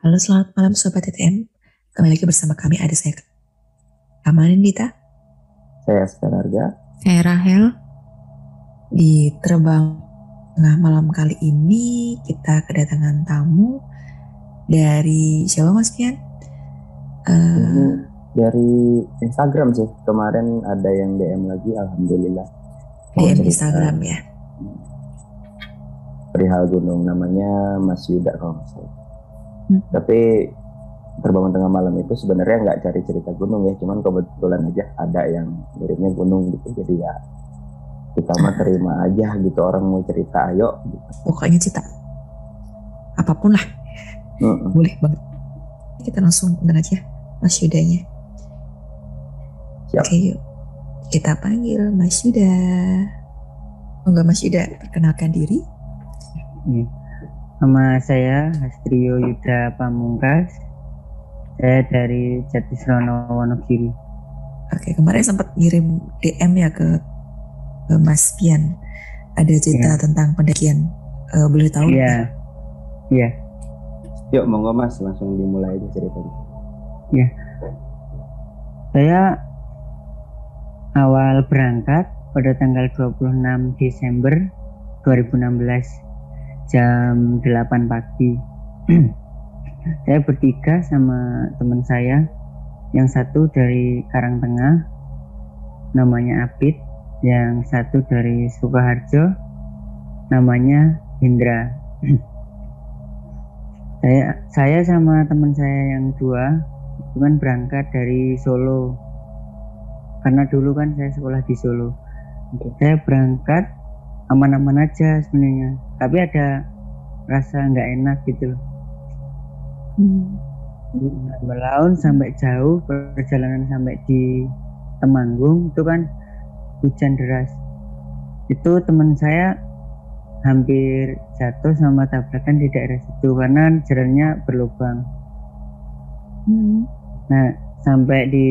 Halo, selamat malam Sobat TTM. Kembali lagi bersama kami, ada saya Kamanin Dita, Saya Askar Harga. saya Rahel. Di terbang tengah malam kali ini kita kedatangan tamu dari siapa Mas Pian? Ini Eh, dari Instagram sih. Kemarin ada yang DM lagi, alhamdulillah. Mau DM cerita Instagram ya. perihal gunung, namanya Mas Yuda kalau nggak salah. Hmm. Tapi terbangun tengah malam itu sebenarnya nggak cari cerita gunung ya, cuman kebetulan aja ada yang miripnya gunung gitu. Jadi ya kita mah terima aja gitu, orang mau cerita ayo gitu. Pokoknya cerita apapun lah, Mm-mm. boleh banget. Kita langsung undang aja Mas Yudanya. Oke, Siap. yuk kita panggil Mas Yuda. Enggak, Mas Yuda, perkenalkan diri. Nama saya Hastrio Yuda Pamungkas. Saya dari Jatisrono Wonogiri. Oke, kemarin sempat ngirim DM ya ke Mas Pian. Ada cerita Ya. tentang pendakian. Boleh tahu nggak? Iya. Yuk monggo Mas, langsung dimulai aja ceritanya. Ya. Saya awal berangkat pada tanggal 26 Desember 2016 jam 8 pagi. Saya bertiga sama teman saya. Yang satu dari Karangtengah, namanya Apit. Yang satu dari Sukoharjo, namanya Hendra. Saya sama teman saya yang dua itu kan berangkat dari Solo, karena dulu kan saya sekolah di Solo. Saya berangkat aman-aman aja sebenarnya, tapi ada rasa nggak enak gitu loh. Melaun sampai jauh, perjalanan sampai di Temanggung itu kan hujan deras. Itu teman saya hampir jatuh sama tabrakan di daerah situ karena jalannya berlubang. Nah, sampai di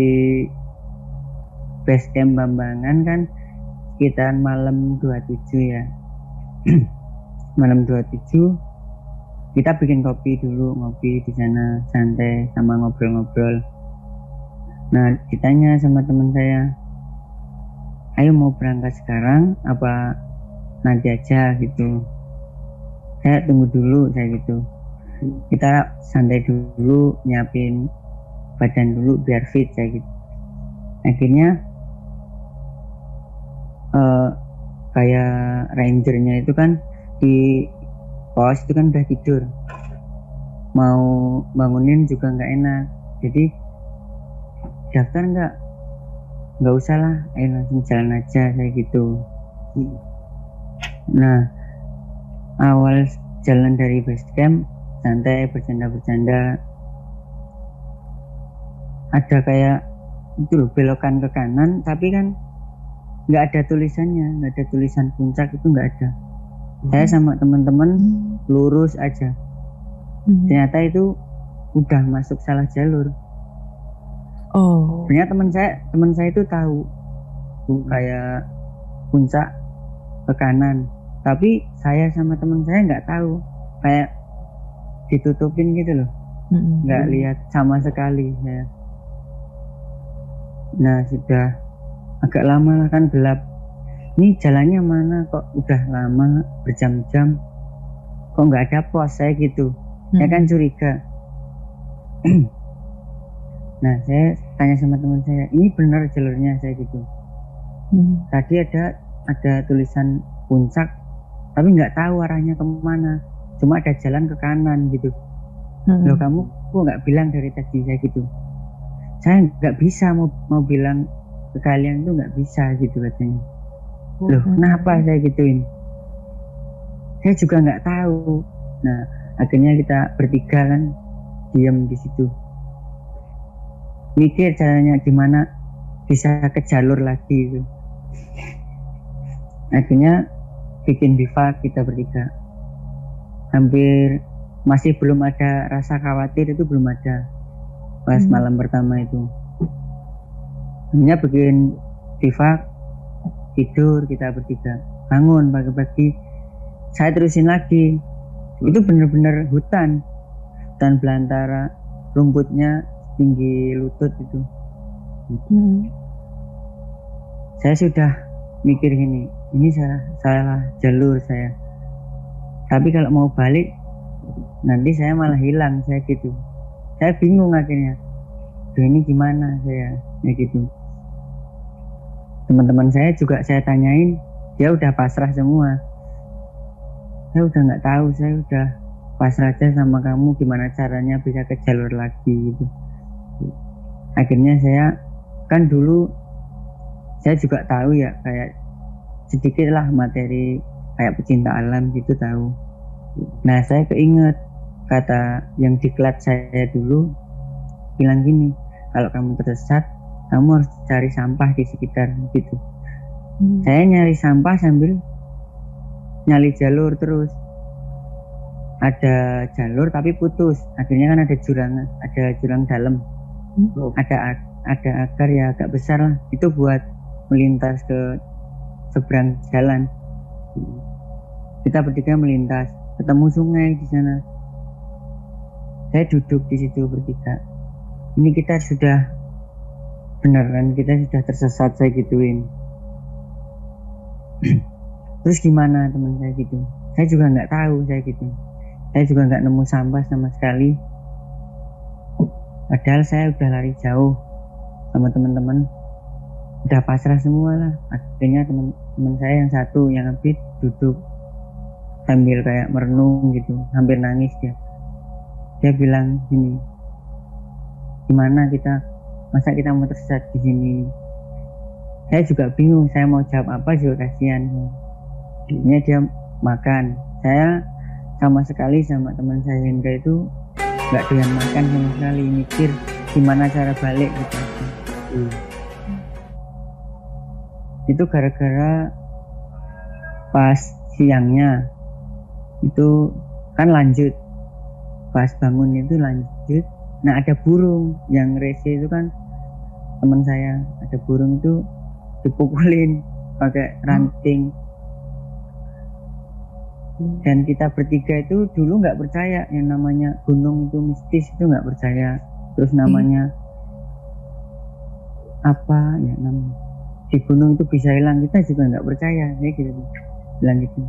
base camp Bambangan kan sekitar malam 27 ya. Malam 27 kita bikin kopi dulu, ngopi di sana santai sama ngobrol-ngobrol. Nah, ditanya sama teman saya, ayo mau berangkat sekarang apa nanti aja gitu. Saya tunggu dulu, saya gitu. Kita santai dulu, nyiapin badan dulu biar fit, saya gitu. Akhirnya kayak rangernya itu kan di pos itu kan udah tidur, mau bangunin juga nggak enak, jadi daftar nggak usah lah, ayo langsung jalan aja, saya gitu. Nah, awal jalan dari base camp santai, bercanda-bercanda, ada kayak itu loh, belokan ke kanan tapi kan nggak ada tulisannya, nggak ada tulisan puncak, itu nggak ada. Saya sama teman-teman lurus aja. Ternyata itu udah masuk salah jalur. Sebenarnya teman saya itu tahu kayak puncak ke kanan, tapi saya sama teman saya nggak tahu, kayak ditutupin gitu loh, nggak lihat sama sekali ya. Nah, sudah agak lama kan gelap. Ini jalannya mana kok udah lama berjam-jam kok nggak ada pos, saya gitu. Saya kan curiga. Nah, saya tanya sama teman saya, ini benar jalurnya, saya gitu. Tadi ada tulisan puncak tapi nggak tahu arahnya kemana, cuma ada jalan ke kanan gitu. Loh, kamu kok nggak bilang dari tadi, saya gitu. Saya nggak bisa mau bilang ke kalian tuh, nggak bisa gitu katanya. Loh, kenapa, saya gituin? Saya juga nggak tahu. Nah, akhirnya kita bertiga kan diam di situ, mikir caranya gimana bisa ke jalur lagi itu. Akhirnya bikin bivak kita bertiga. Hampir masih belum ada rasa khawatir, itu belum ada pas malam pertama itu. Hanya bikin bivak, tidur kita bertiga. Bangun pagi-pagi, saya terusin lagi. Itu benar-benar hutan, hutan belantara, rumputnya tinggi lutut itu. Saya sudah mikir gini, ini salah jalur saya. Tapi kalau mau balik, nanti saya malah hilang, saya gitu. Saya bingung akhirnya. Duh, ini gimana saya, ya gitu. Teman-teman saya juga saya tanyain, dia udah pasrah semua. Saya udah nggak tahu, saya udah pasrah aja sama kamu, gimana caranya bisa ke jalur lagi gitu. Akhirnya saya kan dulu saya juga tahu ya, kayak sedikit lah materi kayak pecinta alam gitu tahu. Nah saya keinget kata yang diklat saya dulu bilang gini, kalau kamu tersesat kamu harus cari sampah di sekitar gitu. Saya nyari sampah sambil nyali jalur terus. Ada jalur tapi putus, akhirnya kan ada jurang dalam, ada agar ya agak besar lah, itu buat melintas ke seberang jalan. Kita bertiga melintas, ketemu sungai di sana. Saya duduk di situ bertiga. Ini kita sudah beneran, kita sudah tersesat, saya gituin. Terus gimana teman saya gitu? Saya juga nggak tahu, saya gitu. Saya juga nggak nemu sampah sama sekali. Padahal saya udah lari jauh sama teman-teman, udah pasrah semua lah. Akhirnya teman saya yang satu yang habis duduk sambil kayak merenung gitu, hampir nangis dia. Dia bilang gini, gimana masa kita mau tersesat di sini? Saya juga bingung, saya mau jawab apa juga kasihan. Akhirnya dia makan. Saya sama sekali sama teman saya Hendra itu nggak doyan makan sama sekali, mikir gimana cara balik gitu. Itu gara-gara pas siangnya itu kan lanjut, pas bangun itu lanjut. Nah ada burung yang rese itu kan teman saya, ada burung itu dipukulin pakai ranting. Dan kita bertiga itu dulu nggak percaya yang namanya gunung itu mistis, itu nggak percaya. Terus namanya apa ya, namanya di gunung itu bisa hilang, kita juga nggak percaya, ya gitu bilang gitu.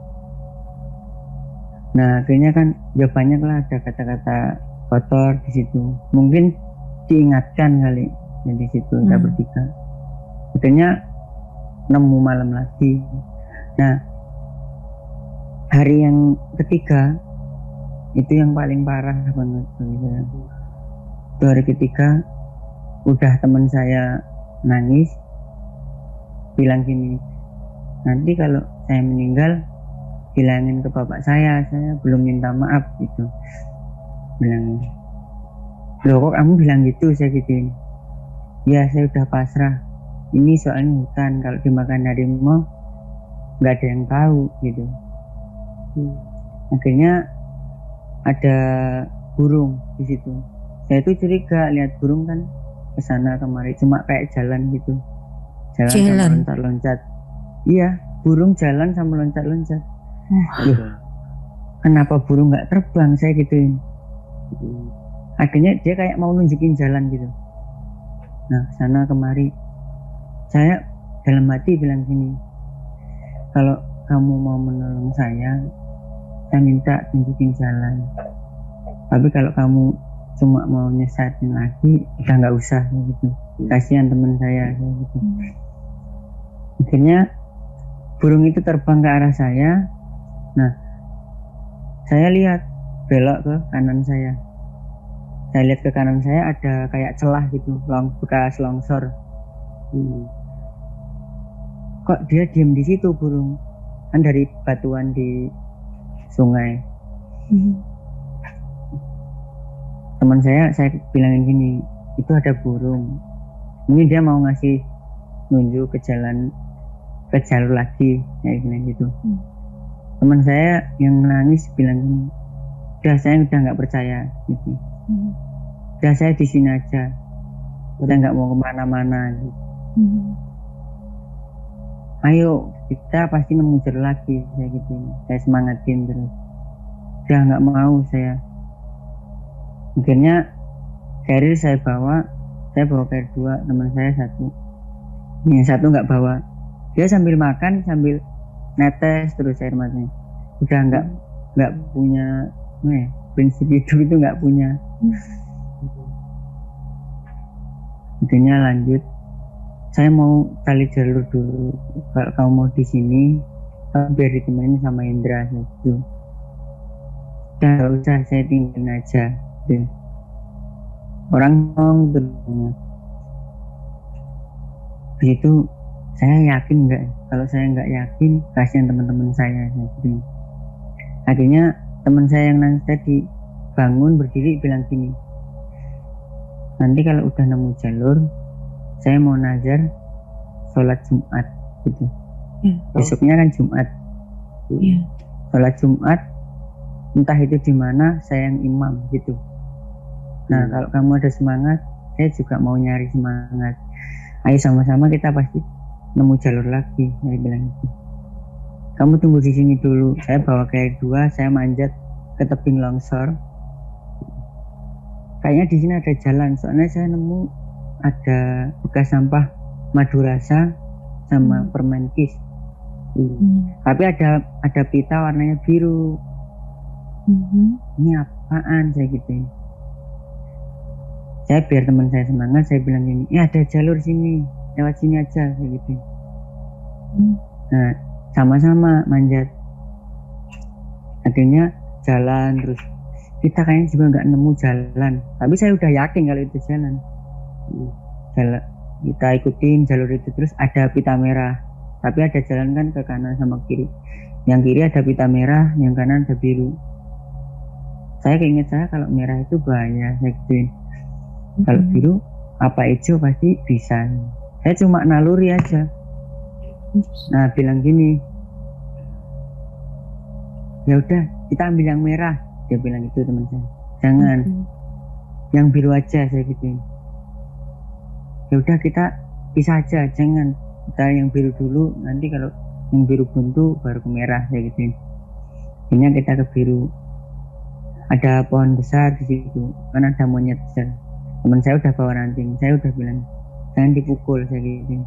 Nah akhirnya kan ya banyak lah ada kata-kata kotor di situ, mungkin diingatkan kali ya di situ. Kita bertiga akhirnya nemu malam lagi. Nah hari yang ketiga itu yang paling parah banget gitu. Itu hari ketiga udah teman saya nangis bilang gini, nanti kalau saya meninggal bilangin ke bapak saya belum minta maaf gitu. Bilang, loh kok kamu bilang gitu? Saya gituin. Ya saya udah pasrah, ini soalnya hutan, kalau dimakan harimau nggak ada yang tahu gitu. Akhirnya ada burung di situ. Saya tuh curiga lihat burung kan kesana kemari, cuma kayak jalan gitu, jalan. Sama loncat-loncat. Iya, burung jalan sama loncat-loncat. Loh, kenapa burung nggak terbang? Saya gituin. Akhirnya dia kayak mau nunjukin jalan gitu. Nah, sana kemari. Saya dalam hati bilang gini, kalau kamu mau menolong saya minta tunjukin jalan. Tapi kalau kamu cuma mau nyesatin lagi, udah nggak usah gitu. Kasihan teman saya gitu. Akhirnya burung itu terbang ke arah saya. Nah, saya lihat belok ke kanan saya. Saya lihat ke kanan saya ada kayak celah gitu, bekas longsor. Kok dia diam di situ burung? Kan dari batuan di sungai. Teman saya bilangin gini, itu ada burung. Ini dia mau ngasih nunjuk ke jalur lagi, kayak gitu. Teman saya yang nangis bilang gini, saya udah nggak percaya gitu. Udah saya di sini aja, udah nggak mau kemana-mana. Gitu. Ayo kita pasti nemu jalur lagi, saya gitu. Saya semangatin terus. Udah nggak mau saya. Akhirnya carrier saya bawa carrier 2, teman saya 1. Yang 1 nggak bawa. Dia sambil makan sambil netes terus air matanya. Udah nggak punya prinsip hidup itu nggak punya. Akhirnya lanjut. Saya mau cari jalur dulu. Kalau kamu mau di sini, biar ditemenin sama Indra gitu. Gak usah, saya tinggalin aja. Gitu. Orang ngomong terusnya. Begitu saya yakin nggak? Kalau saya nggak yakin, kasihan teman-teman saya. Gitu. Akhirnya teman saya yang nangis tadi bangun berdiri bilang gini, nanti kalau udah nemu jalur, saya mau nazar sholat Jumat gitu. Besoknya kan Jumat. Sholat Jumat, entah itu di mana, saya yang imam gitu. Nah kalau kamu ada semangat, saya juga mau nyari semangat. Ayo sama-sama kita pasti nemu jalur lagi. Saya bilang gitu. Kamu tunggu di sini dulu. Saya bawa carrier 2, saya manjat ke tebing longsor. Kayaknya di sini ada jalan. Soalnya saya nemu ada bekas sampah madu rasa sama permen kis. Tapi ada pita warnanya biru. Ini apaan saya gitu. Saya biar teman saya semangat, saya bilang gini, ada jalur sini, lewat sini aja saya gitu. Nah sama-sama manjat. Akhirnya jalan terus. Kita kayaknya juga nggak nemu jalan, tapi saya udah yakin kalau itu jalan. Kita ikutin jalur itu, terus ada pita merah, tapi ada jalan kan ke kanan sama kiri. Yang kiri ada pita merah, yang kanan ada biru. Saya keinget saya kalau merah itu bahaya, saya gituin. Kalau biru apa hijau pasti bisa. Saya cuma naluri aja. Nah bilang gini, ya udah kita ambil yang merah. Dia bilang gitu teman saya. Jangan, yang biru aja saya gituin. Ya udah kita pisah aja, jangan kita yang biru dulu. Nanti kalau yang biru buntu baru ke merah saya gituin. Akhirnya kita ke biru. Ada pohon besar di situ, kan ada monyet besar. Teman saya udah bawa ranting, saya udah bilang jangan dipukul saya gitu.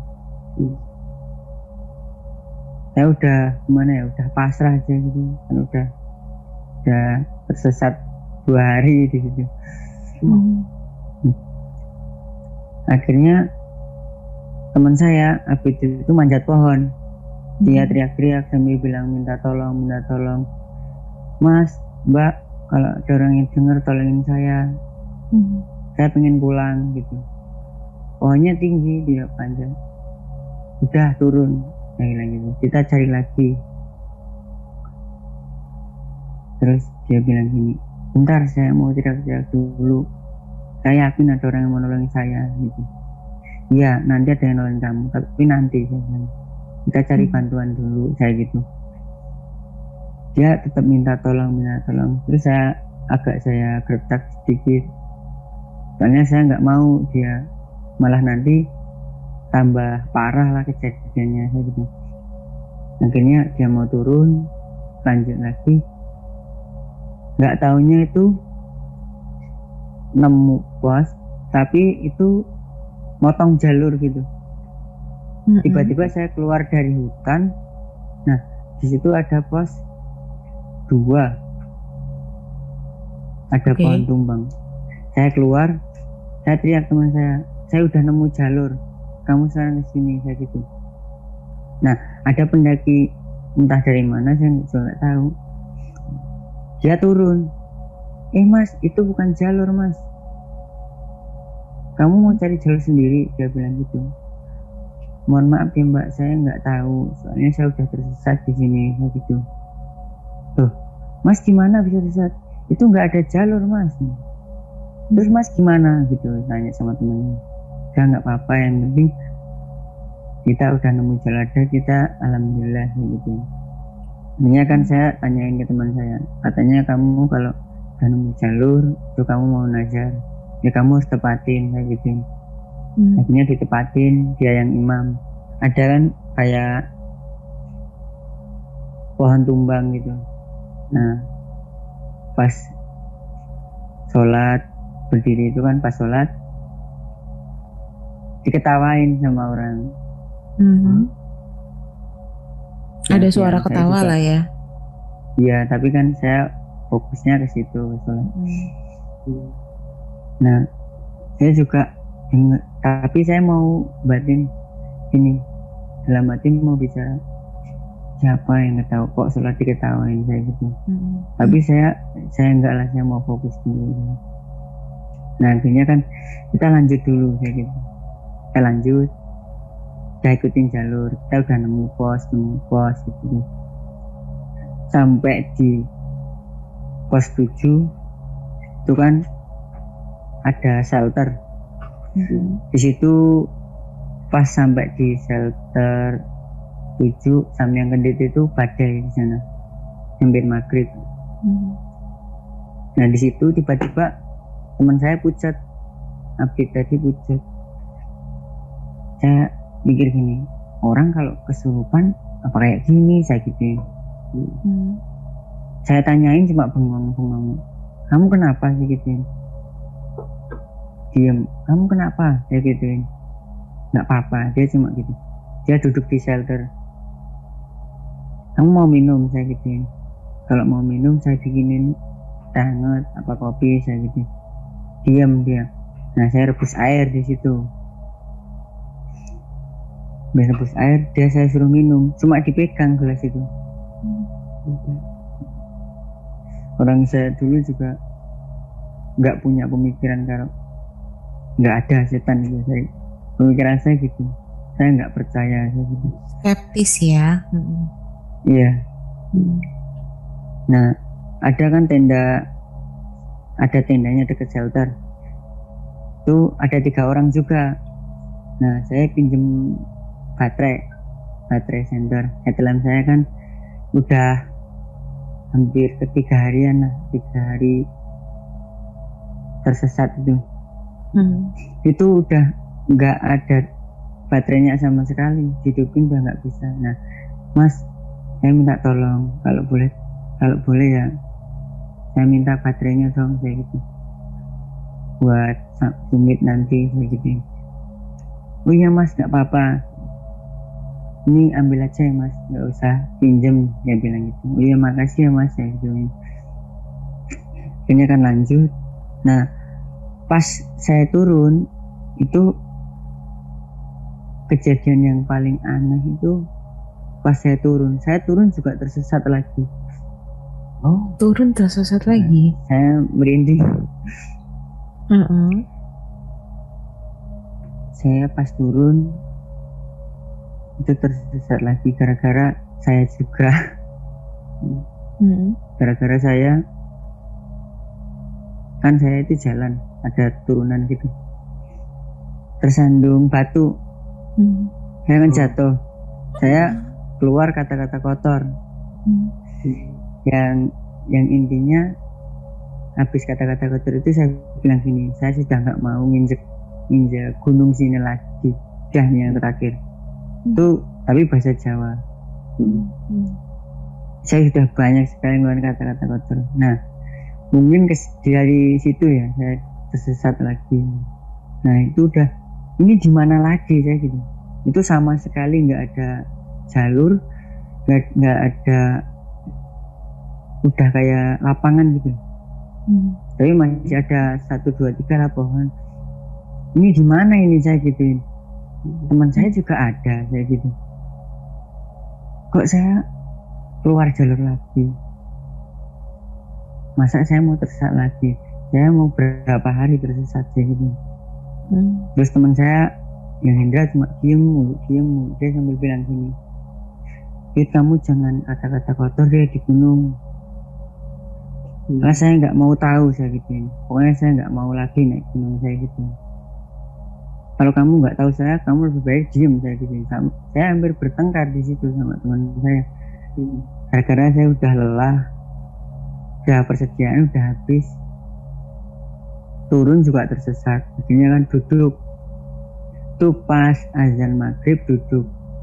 Saya udah gimana ya, udah pasrah aja gitu, kan udah tersesat 2 hari di situ. Akhirnya teman saya habis itu manjat pohon, dia teriak-teriak sambil bilang minta tolong, Mas, Mbak, kalau ada orang yang dengar tolongin saya. Saya pengen pulang gitu. Pohonnya tinggi, dia panjang. Udah turun, saya bilang gitu. Kita cari lagi. Terus dia bilang gini, bentar saya mau teriak-teriak dulu. Saya yakin ada orang yang mau nolongin saya gitu. Iya, nanti ada yang nolongin kamu, tapi nanti saya bilang. Kita cari bantuan dulu, saya gitu. Dia tetap minta tolong. Terus saya gertak sedikit. Soalnya saya nggak mau dia malah nanti tambah parah lah kejadiannya gitu. Akhirnya dia mau turun, lanjut lagi. Nggak taunya itu nemu pos, tapi itu motong jalur gitu. Tiba-tiba saya keluar dari hutan. Nah di situ ada pos 2, ada pohon tumbang. Saya keluar. Saya teriak teman saya udah nemu jalur, kamu sekarang kesini, saya gitu. Nah ada pendaki entah dari mana, saya nggak tahu. Dia turun, Mas itu bukan jalur Mas, kamu mau cari jalur sendiri, dia bilang gitu. Mohon maaf ya Mbak, saya nggak tahu, soalnya saya udah tersesat di sini, saya gitu. Tuh, Mas gimana bisa tersesat? Itu nggak ada jalur Mas. Terus Mas gimana gitu, tanya sama temennya. Udah nggak apa-apa, yang penting kita udah nemu jalan, kita alhamdulillah gitu. Ini kan saya tanyain ke teman saya, katanya kamu kalau udah nemu jalur itu kamu mau nazar, ya kamu harus tepatin kayak gitu. Akhirnya ditepatin, dia yang imam. Ada kan kayak pohon tumbang gitu. Nah pas sholat berdiri itu kan pas sholat diketawain sama orang. Ada suara ketawa lah ya. Iya, tapi kan saya fokusnya ke situ sholat. Nah, saya juga tapi saya mau batin ini dalam hati mau bicara, siapa yang tahu kok sholat diketawain saya gitu. Tapi saya enggak lah, saya mau fokus dulu. Nah akhirnya kan kita lanjut dulu kayak gitu. Kita lanjut, kita ikutin jalur, kita udah nemu pos gitu. Sampai di pos 7 itu kan ada shelter. Di situ pas sampai di shelter 7 Samyang Kendit itu badai di sana, hampir maghrib. Nah di situ tiba-tiba teman saya pucat, Abid tadi pucat. Saya mikir gini, orang kalau kesurupan apa kayak gini, saya gitu. Saya tanyain cuma bengong, kamu kenapa sih gitu? Diam, kamu kenapa? Saya gituin. Nggak apa-apa, dia cuma gitu. Dia duduk di shelter. Kamu mau minum? Saya gituin. Kalau mau minum saya bikinin teh hangat apa kopi, saya gitu. Diam dia. Nah saya rebus air di situ. Rebus air, dia saya suruh minum. Cuma dipegang gelas itu. Orang saya dulu juga nggak punya pemikiran kalau nggak ada setan gitu. Pemikiran saya gitu. Saya nggak percaya gitu. Skeptis ya. Iya. Nah, ada kan tendanya dekat shelter. Itu ada 3 orang juga. Nah, saya pinjem baterai center. Headlamp saya kan udah hampir ke 3 harian lah, 3 hari tersesat itu. Itu udah nggak ada baterainya sama sekali, hidupin udah nggak bisa. Nah, Mas, saya minta tolong kalau boleh ya, saya minta baterainya dong, saya gitu, buat summit nanti, saya gitu. Oh iya Mas, nggak apa-apa, ini ambil aja ya Mas, nggak usah pinjem, dia bilang gitu. Oh iya makasih ya Mas, saya gitu. Akhirnya kan lanjut. Nah pas saya turun itu kejadian yang paling aneh itu pas saya turun juga tersesat lagi. Oh, turun tersesat lagi. Saya merinding. Saya pas turun itu tersesat lagi gara-gara saya juga. Gara-gara saya kan, saya itu jalan ada turunan gitu, tersandung batu. Saya kan jatuh, saya keluar kata-kata kotor. Yang intinya habis kata-kata kotor itu saya bilang gini, saya sudah nggak mau nginjek gunung sini lagi, dah yang terakhir itu, tapi bahasa Jawa. Saya sudah banyak sekali ngeluarin kata-kata kotor. Nah mungkin dari situ ya saya tersesat lagi. Nah itu udah, ini di mana lagi saya gitu. Itu sama sekali nggak ada jalur, nggak ada, udah kayak lapangan gitu. Tapi masih ada 1, 2, 3 lah pohon. Ini di mana ini, saya gituin. Teman saya juga ada, saya gitu. Kok saya keluar jalur lagi? Masa saya mau tersesat lagi? Saya mau berapa hari tersesat saya gitu. Terus teman saya yang Hendra cuma diem mulu. Dia sambil bilang gini, kamu jangan kata-kata kotor deh di gunung. Karena saya nggak mau tahu, saya gitu. Pokoknya saya nggak mau lagi naik gunung, saya gitu. Kalau kamu nggak tahu saya, kamu lebih baik diem, saya gitu. Saya hampir bertengkar di situ sama teman saya. Gara-gara saya udah lelah, udah persediaan udah habis, turun juga tersesat. Akhirnya kan duduk. Tuh pas azan maghrib duduk.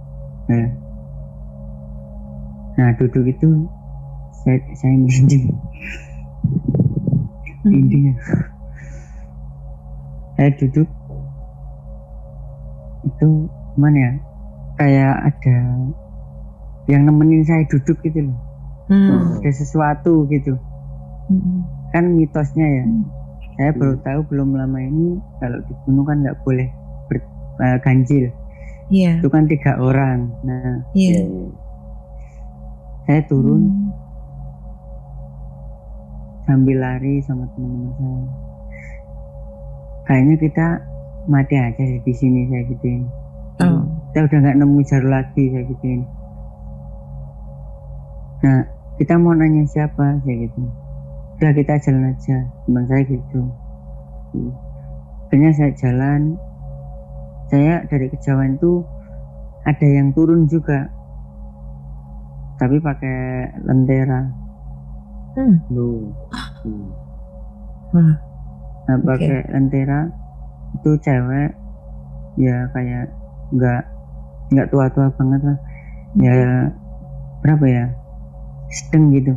Nah duduk itu saya merinding. Saya duduk itu gimana ya, kayak ada yang nemenin saya duduk gitu loh. Ada sesuatu gitu. Kan mitosnya ya, saya baru tahu belum lama ini kalau di gunung kan nggak boleh ganjil. Iya. Itu kan 3 orang. Nah, Iya. saya turun sambil lari sama teman-teman saya. Kayaknya kita mati aja di sini, saya gituin. Kita udah nggak nemu jalur lagi, saya gituin. Nah, kita mau nanya siapa, saya gitu. Udah kita jalan aja, teman saya gitu. Akhirnya saya jalan. Saya dari kejauhan itu ada yang turun juga, tapi pakai lentera. Nah, pakai lentera itu cewek, ya kayak nggak tua-tua banget lah, ya berapa ya, sedang gitu.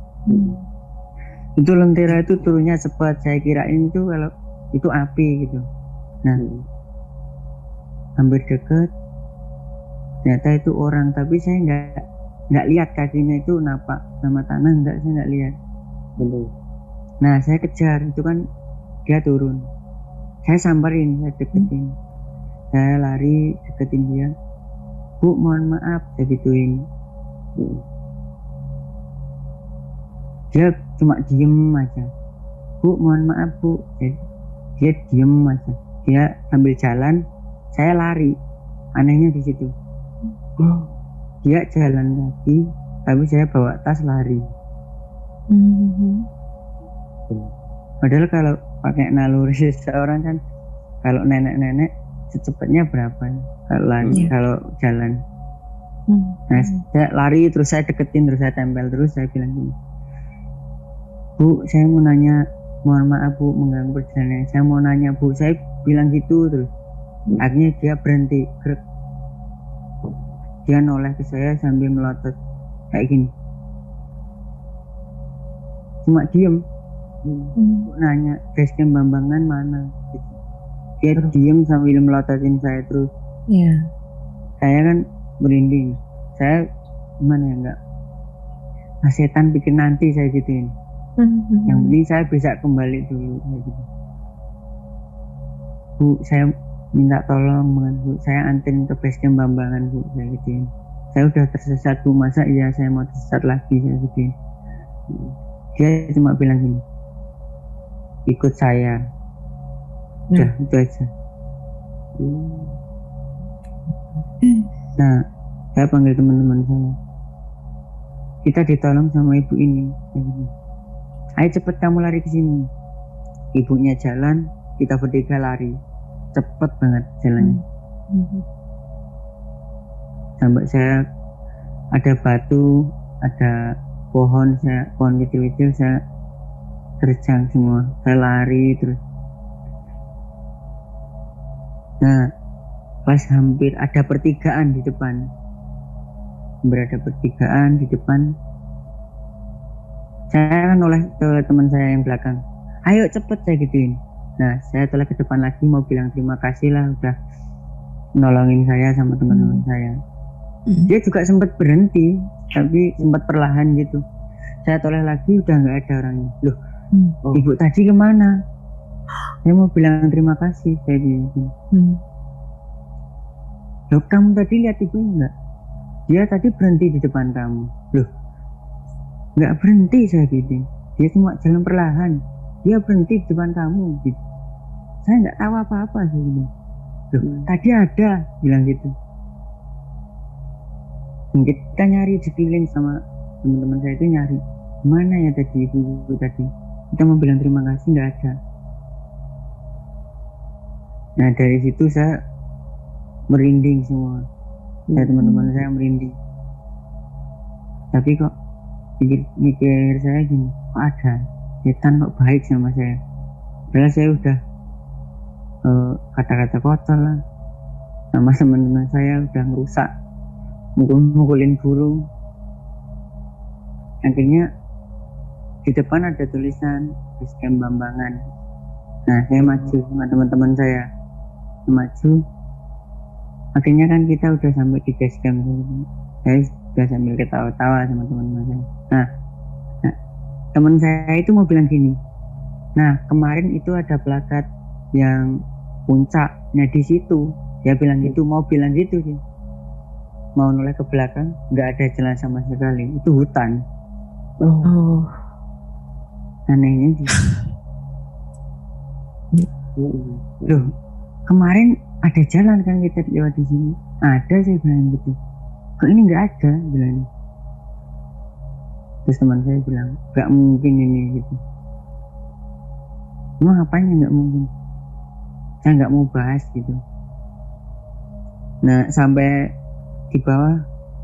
Itu lentera itu turunnya cepat, saya kirain itu kalau itu api gitu. Nah, hampir deket, ternyata itu orang, tapi saya nggak lihat kakinya itu napak sama tanah, saya nggak lihat. Nah, saya kejar, itu kan dia turun, saya samperin, saya deketin, saya lari deketin dia. Bu, mohon maaf, saya gituin. Dia cuma diem aja. Bu, mohon maaf bu. Dia diem aja. Dia sambil jalan, saya lari. Anehnya di situ. Dia jalan lagi, tapi saya bawa tas lari. Padahal kalau pakai naluri seseorang kan, kalau nenek-nenek secepatnya berapa? Kalau lari, kalau jalan. Nah, saya lari terus saya deketin, terus saya tempel terus, saya bilang gini, Bu, saya mau nanya, mohon maaf Bu mengganggu perjalanan, saya mau nanya Bu, saya bilang gitu terus. Akhirnya dia berhenti, dia noleh ke saya sambil melotot kayak gini, cuma diem. Nanya basecamp Bambangan mana gitu. Dia diem sambil melototin saya terus. Saya kan merinding, saya gimana ya, enggak, setan pikir nanti, saya gituin. Yang penting saya bisa kembali dulu, gitu. Bu, saya minta tolong banget Bu, saya anterin ke basecamp Bambangan Bu, saya gituin. Saya udah tersesat Bu, masa iya saya mau tersesat lagi, saya gituin. Dia cuma bilang gini, ikut saya. Udah, itu aja. Nah, saya panggil teman-teman saya, kita ditolong sama ibu ini. Ayo cepet kamu lari ke sini. Ibunya jalan, kita bertiga lari. Cepet banget jalannya. Sampai saya ada batu, ada pohon kecil-kecil, saya terjang semua. Saya lari terus. Nah, pas hampir ada pertigaan di depan. Berada pertigaan di depan. Saya kan oleh ke teman saya yang belakang. Ayo cepet, saya gituin. Nah, saya telah ke depan lagi mau bilang terima kasih lah udah nolongin saya sama teman-teman saya. Dia juga sempat berhenti, tapi sempat perlahan gitu. Saya toleh lagi udah nggak ada orangnya. Loh, ibu tadi kemana? Saya mau bilang terima kasih, saya bilang. Loh, kamu tadi lihat ibu enggak? Dia tadi berhenti di depan kamu. Loh, nggak berhenti, saya gitu. Dia cuma jalan perlahan. Dia berhenti di depan kamu gitu. Saya nggak tahu apa-apa sih gitu. Loh, tadi ada, bilang gitu. Dan kita nyari di sekeliling sama teman-teman saya itu nyari, mana ya tadi ibu tadi. Kita mau bilang terima kasih, nggak ada. Nah, dari situ saya merinding semua. Teman-teman saya merinding. Tapi kok mikir saya gini, kok ada setan kok baik sama saya. Padahal saya udah kata-kata kotor lah sama teman-teman saya, udah ngerusak, mukulin burung. Akhirnya di depan ada tulisan basecamp Bambangan. Nah, saya maju sama teman-teman saya. Maju. Akhirnya kan kita udah sampai di base camp. Saya udah sambil ketawa-tawa sama teman-teman saya. Nah, teman saya itu mau bilang gini. Nah, kemarin itu ada plakat yang puncak. Nah, di situ dia bilang gitu, mau bilang gitu sih. Mau noleh ke belakang, nggak ada jalan sama sekali. Itu hutan. Oh. Anehnya sih. Loh, kemarin ada jalan kan kita lewat di sini. Ada, saya bilang gitu. Kok ini nggak ada, bilang. Terus teman saya bilang, nggak mungkin ini gitu. Emang apanya nggak mungkin? Saya nggak mau bahas gitu. Nah, sampai di bawah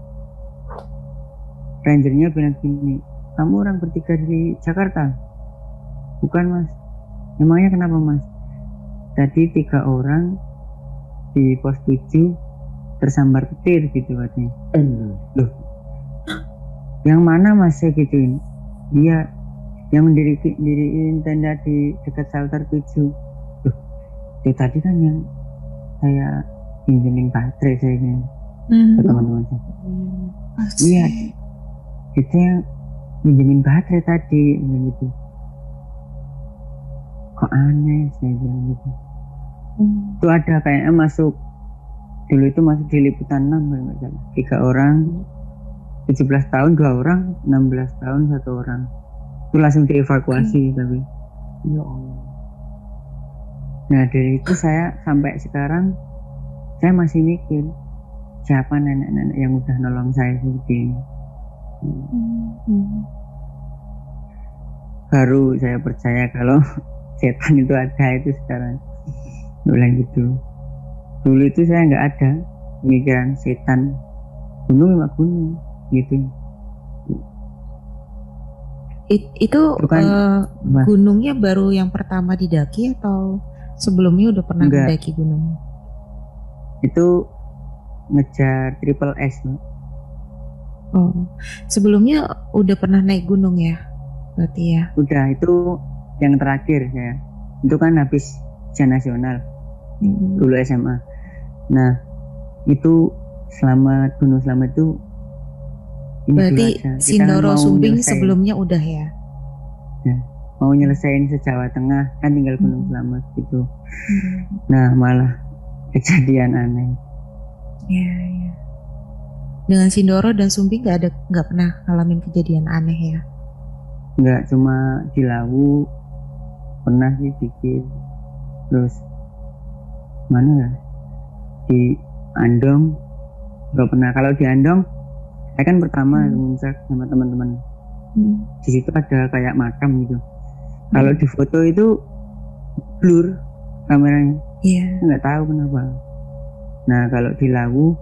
rangernya bilang gini, kamu orang bertiga di Jakarta? Bukan, Mas. Emangnya kenapa, Mas? Tadi 3 orang di pos 7 tersambar petir gitu katanya. Loh, yang mana, Mas? Saya gituin. Dia yang mendiriin tenda di dekat shelter 7. Loh, itu tadi kan yang saya pinjemin baterai saya kan. Ke teman-teman saya. Iya, itu yang pinjemin baterai tadi gitu. Kok aneh, saya bilang gitu. Itu ada kayaknya masuk, dulu itu masuk di liputan 6 kalau nggak salah. 3 orang, 17 tahun 2 orang, 16 tahun 1 orang. Itu langsung dievakuasi tapi. Ya Allah. Nah, dari itu saya sampai sekarang saya masih mikir siapa nenek-nenek yang udah nolong saya seperti ini. Baru saya percaya kalau setan itu ada itu sekarang. Bilang gitu. Dulu itu saya nggak ada pemikiran setan. Gunung memang gunung gitu. Itu Bukan, gunungnya baru yang pertama didaki atau sebelumnya udah pernah enggak. mendaki gunung? Itu ngejar triple S, Mbak. Oh, sebelumnya udah pernah naik gunung ya? Berarti ya? Udah, itu yang terakhir saya. Itu kan habis ujian nasional dulu SMA. Nah, itu Gunung Selamat itu ini berarti dulu aja. Kita Sindoro kan mau Sumbing nyelesain. sebelumnya udah ya? Ya, mau nyelesain se-Jawa Tengah kan tinggal Gunung Selamat gitu. Nah, malah kejadian aneh. Ya. Dengan Sindoro dan Sumbing nggak pernah ngalamin kejadian aneh ya? Nggak, cuma di Lawu pernah sih dikit. Terus mana ya? Di Andong nggak pernah. Kalau di Andong saya kan pertama muncak sama teman-teman. Di situ ada kayak makam gitu. Kalau di foto itu blur kameranya. Iya. Nggak tahu kenapa. Nah, kalau di Lawu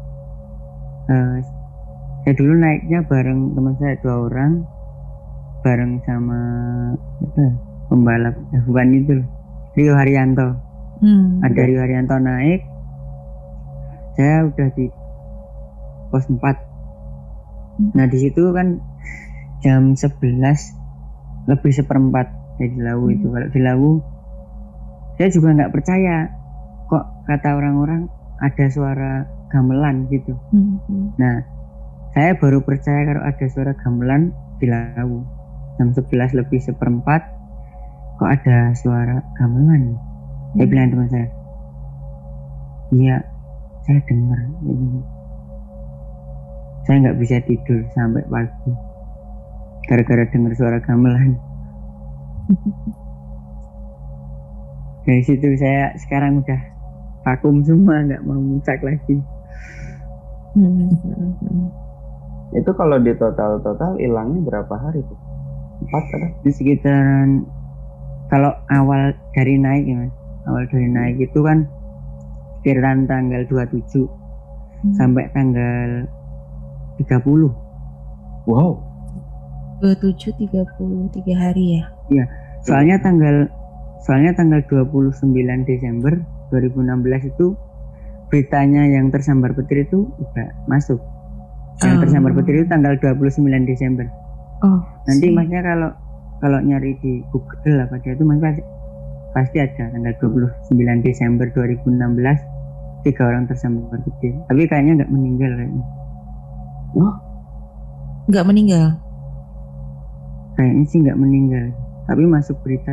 saya dulu naiknya bareng teman saya 2 orang, bareng sama pembalap bukan itu loh, Rio Haryanto. Ada Rio Haryanto naik, saya udah di pos 4. Nah, di situ kan jam 11 lebih 1/4 dari Lawu itu. Kalau di Lawu saya juga nggak percaya, kok kata orang-orang ada suara gamelan gitu. Nah, saya baru percaya kalau ada suara gamelan di Lawu jam 11 lebih 1/4, kok ada suara gamelan. Saya bilang teman saya, iya saya dengar. Saya nggak bisa tidur sampai pagi gara-gara dengar suara gamelan. Dari situ saya sekarang udah vakum semua, nggak mau muncak lagi. Itu kalau di total hilangnya berapa hari tuh? 4 ada? Di sekitaran, kalau awal dari naik ya Mas, awal dari naik itu kan sekitaran tanggal 27 sampai tanggal 30. Wow. 27, 30, 3 hari ya? Iya, soalnya tanggal 29 Desember 2016 itu beritanya yang tersambar petir itu udah masuk. Yang tersambar petir itu tanggal 29 Desember. Nanti Masnya kalau nyari di Google apa dia itu Mas pasti ada tanggal 29 Desember 2016 3 orang tersambar gede, tapi kayaknya nggak meninggal kayaknya. Nggak meninggal? Kayaknya sih nggak meninggal, tapi masuk berita.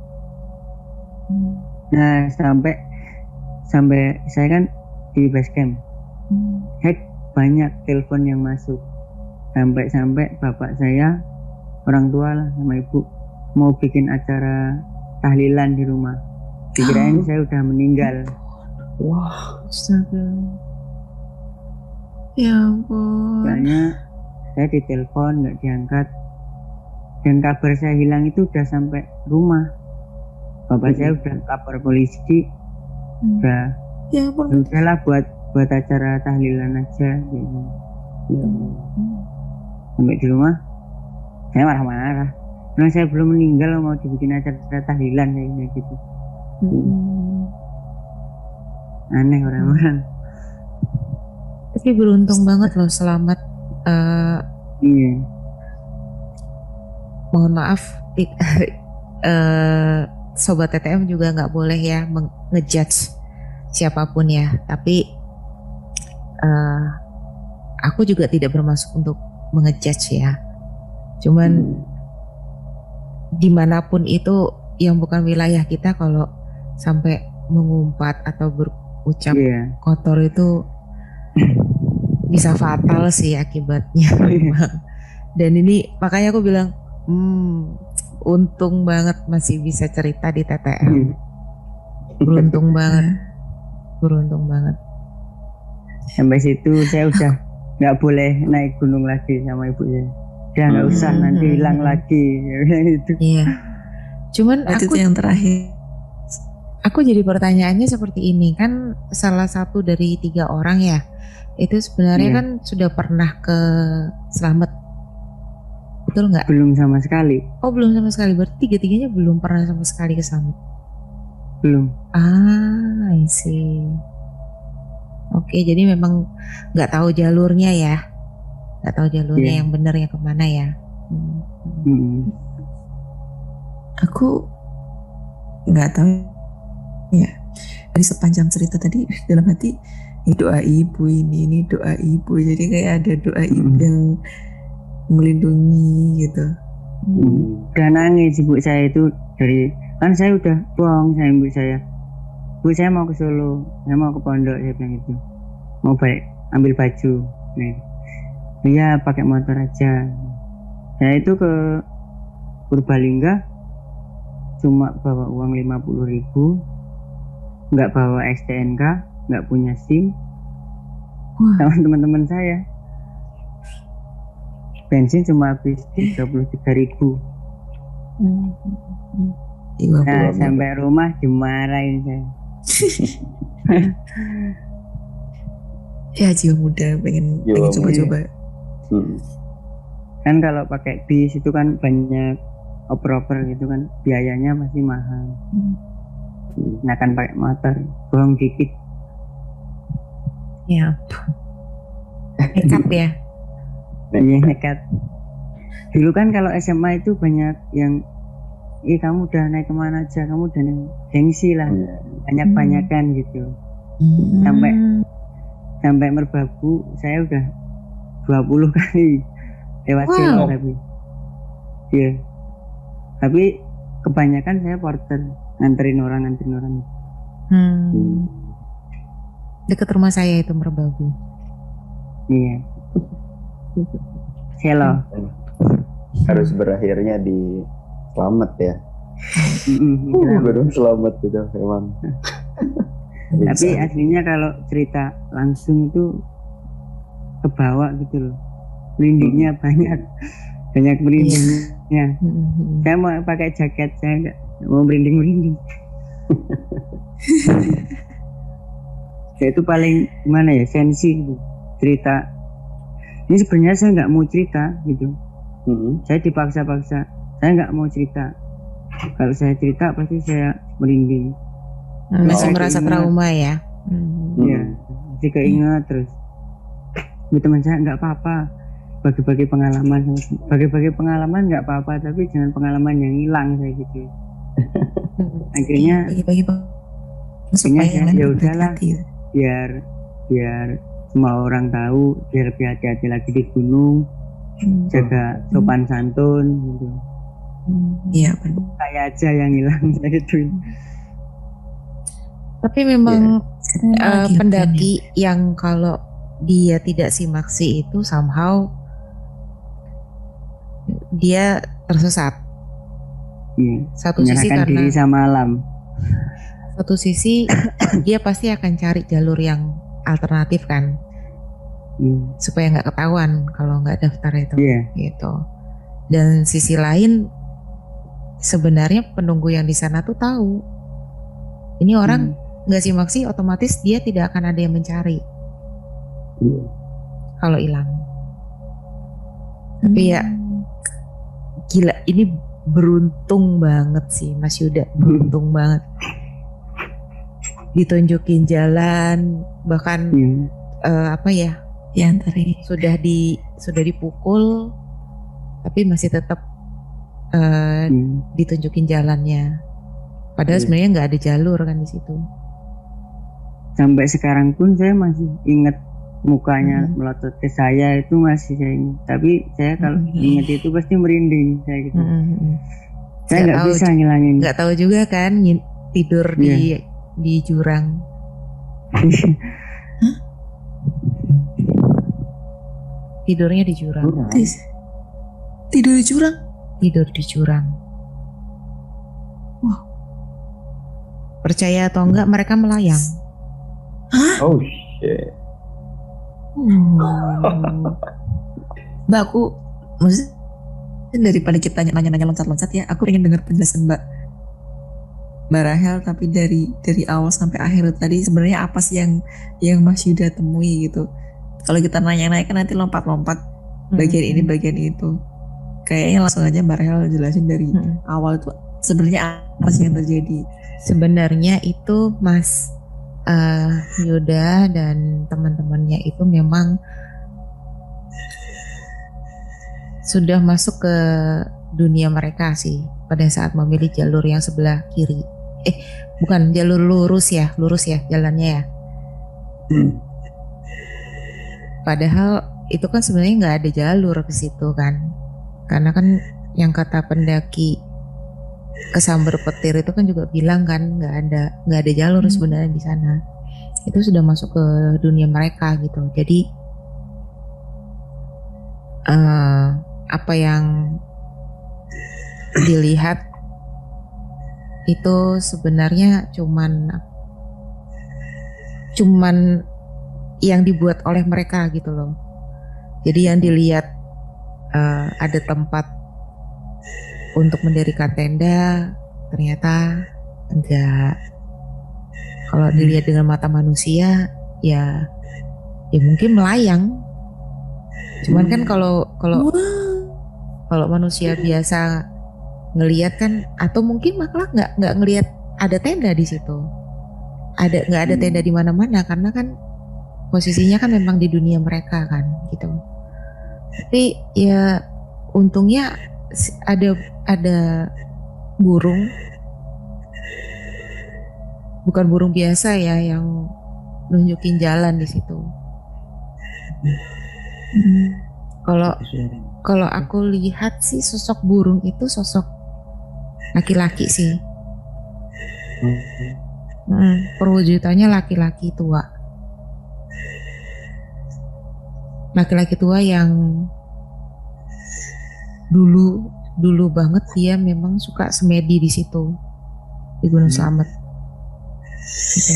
Nah sampai saya kan di base camp, banyak telepon yang masuk, sampai bapak saya, orang tua lah sama ibu mau bikin acara tahlilan di rumah, dikirain saya udah meninggal. Wah, astaga. Ya ampun. Soalnya saya ditelepon nggak diangkat, dan kabar saya hilang itu udah sampai rumah. Bapak saya udah lapor polisi, udah Ya ampun. udahlah buat acara tahlilan aja gitu. Sampai di rumah saya marah-marah, karena saya belum meninggal mau dibikin acara tahlilan kayak gitu. Aneh orang-orang. Tapi beruntung banget loh, selamat. Iya. Mohon maaf, sobat TTM juga nggak boleh ya ngejudge siapapun ya. Tapi aku juga tidak bermaksud untuk mengejudge ya. Cuman dimanapun itu yang bukan wilayah kita, kalau sampai mengumpat atau berucap kotor itu bisa fatal sih akibatnya. Dan ini makanya aku bilang untung banget masih bisa cerita di TTM. Beruntung banget. Sampai situ saya udah nggak boleh naik gunung lagi sama ibu saya. Udah nggak usah, nanti hilang lagi. Itu. Iya. Cuman itu yang terakhir. Aku jadi pertanyaannya seperti ini, kan salah satu dari 3 orang ya, itu sebenarnya kan sudah pernah ke Slamet, betul nggak? Belum sama sekali. Oh belum sama sekali, berarti 3-3-nya belum pernah sama sekali ke Slamet? Belum. I see. Oke, jadi memang nggak tahu jalurnya ya, nggak tahu jalurnya yang benar yang kemana ya. Aku nggak tahu ya, dari sepanjang cerita tadi dalam hati ini doa ibu, ini doa ibu, jadi kayak ada doa ibu yang melindungi gitu. Udah nangis ibu saya itu, dari kan saya udah bohong sama ibu saya mau ke Solo, saya mau ke pondok, saya bilang itu mau balik ambil baju, iya pakai motor aja. Saya itu ke Purbalingga cuma bawa uang 50.000, nggak bawa STNK, nggak punya SIM. Sama teman-teman saya bensin cuma habis 33.000. Nah sampai rumah dimarahin saya. Ya jiwa muda pengen coba-coba. Kan kalau pakai bis itu kan banyak oper-oper gitu kan, biayanya masih mahal. Nah kan pakai motor, bohong dikit. Ya, nekat ya. Iya nekat. Dulu kan kalau SMA itu banyak yang, kamu udah naik kemana aja, kamu udah naik, gengsi lah, banyak-banyakan gitu. Sampai Merbabu saya udah 20 kali lewat Selo tapi. Iya. Tapi kebanyakan saya porter, nganterin orang. Dekat rumah saya itu Merbabu. Iya. Selo. Harus berakhirnya di Slamet ya. Baru Slamet itu memang. Tapi aslinya kalau cerita langsung itu kebawa gitu loh. Merindingnya banyak merindingnya. Saya mau pakai jaket, saya nggak mau merinding. Saya itu paling gimana ya, sensi gitu. Cerita ini sebenarnya saya nggak mau cerita gitu. Saya dipaksa-paksa, saya nggak mau cerita. Kalau saya cerita pasti saya merinding. Masih merasa trauma ya. Iya, masih keinget terus. Teman saya nggak apa-apa, bagi-bagi pengalaman nggak apa-apa, tapi jangan pengalaman yang hilang kayak gitu. Akhirnya bagi-bagi supaya yang lain ya udahlah, berhati-hati. biar semua orang tahu, biar lebih hati-hati lagi di gunung, jaga sopan santun gitu. Iya benar. Saya aja yang hilang saya itu. Tapi memang pendaki ya. yang kalau dia tidak simaksi itu somehow dia tersesat. Satu sisi karena diri sama alam. Satu sisi dia pasti akan cari jalur yang alternatif kan, supaya nggak ketahuan kalau nggak daftar itu, gitu. Dan sisi lain sebenarnya penunggu yang di sana tuh tahu ini orang nggak simaksi, otomatis dia tidak akan ada yang mencari kalau hilang. Tapi ya gila, ini beruntung banget sih Mas Yuda, beruntung banget ditunjukin jalan, bahkan sudah dipukul tapi masih tetap ditunjukin jalannya, padahal sebenarnya nggak ada jalur kan di situ. Sampai sekarang pun saya masih ingat mukanya melotot ke saya, itu masih saya ingat. Tapi saya kalau ingat itu pasti merinding saya gitu. Saya nggak bisa ngilangin. Nggak tahu juga kan tidur di jurang. Tidurnya di jurang. Tidur di jurang? Tidur di jurang. Wah. Percaya atau enggak, mereka melayang. Hah? Oh shit. Mbak, aku maksudnya daripada kita nanya-nanya loncat-loncat ya, aku pengen dengar penjelasan Mbak Rahel, tapi dari awal sampai akhir tadi sebenarnya apa sih yang Mas Yuda temui gitu. Kalau kita nanya-nanya kan nanti lompat-lompat bagian ini bagian itu. Kayaknya langsung aja Mbak Rahel jelasin dari awal itu sebenarnya apa sih yang terjadi. Sebenarnya itu Mas Yuda dan teman-temannya itu memang sudah masuk ke dunia mereka sih pada saat memilih jalur yang sebelah kiri. Bukan jalur lurus ya jalannya ya. Padahal itu kan sebenarnya nggak ada jalur ke situ kan, karena kan yang kata pendaki ke Samber Petir itu kan juga bilang kan nggak ada jalur sebenarnya di sana. Itu sudah masuk ke dunia mereka gitu. Jadi apa yang dilihat itu sebenarnya cuman yang dibuat oleh mereka gitu loh. Jadi yang dilihat ada tempat untuk mendirikan tenda, ternyata enggak. Kalau dilihat dengan mata manusia ya mungkin melayang. Cuman kan kalau manusia biasa ngelihat kan, atau mungkin malah nggak ngelihat ada tenda di situ. Nggak ada tenda di mana-mana karena kan posisinya kan memang di dunia mereka kan gitu. Tapi ya untungnya ada burung, bukan burung biasa ya, yang nunjukin jalan di situ. Kalau aku lihat sih sosok burung itu sosok laki-laki sih. Perwujudannya laki-laki tua. Laki-laki tua yang dulu banget dia memang suka semedi di situ, di Gunung Slamet. Gitu.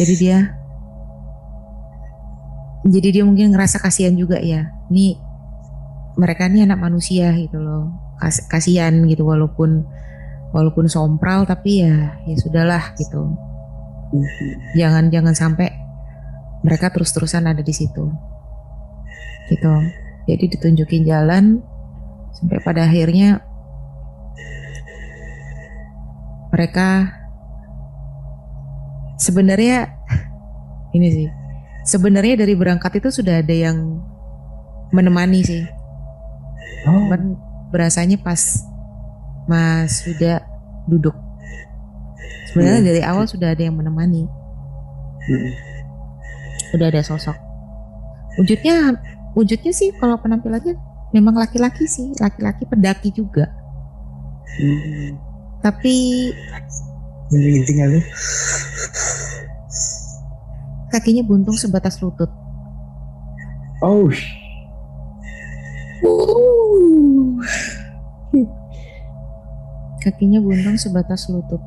Jadi dia mungkin ngerasa kasihan juga ya. Nih mereka nih anak manusia gitu loh, kasihan gitu, walaupun sompral tapi ya sudahlah gitu. Jangan sampai mereka terus-terusan ada di situ gitu. Jadi ditunjukin jalan sampai pada akhirnya mereka sebenarnya dari berangkat itu sudah ada yang menemani sih. Cuman berasanya pas Mas sudah duduk Sebenarnya dari awal sudah ada yang menemani. Udah ada sosok. Wujudnya sih kalau penampilannya memang laki-laki sih, laki-laki pendaki juga. Tapi kakinya buntung sebatas lutut. Oh. Kakinya buntung sebatas lutut.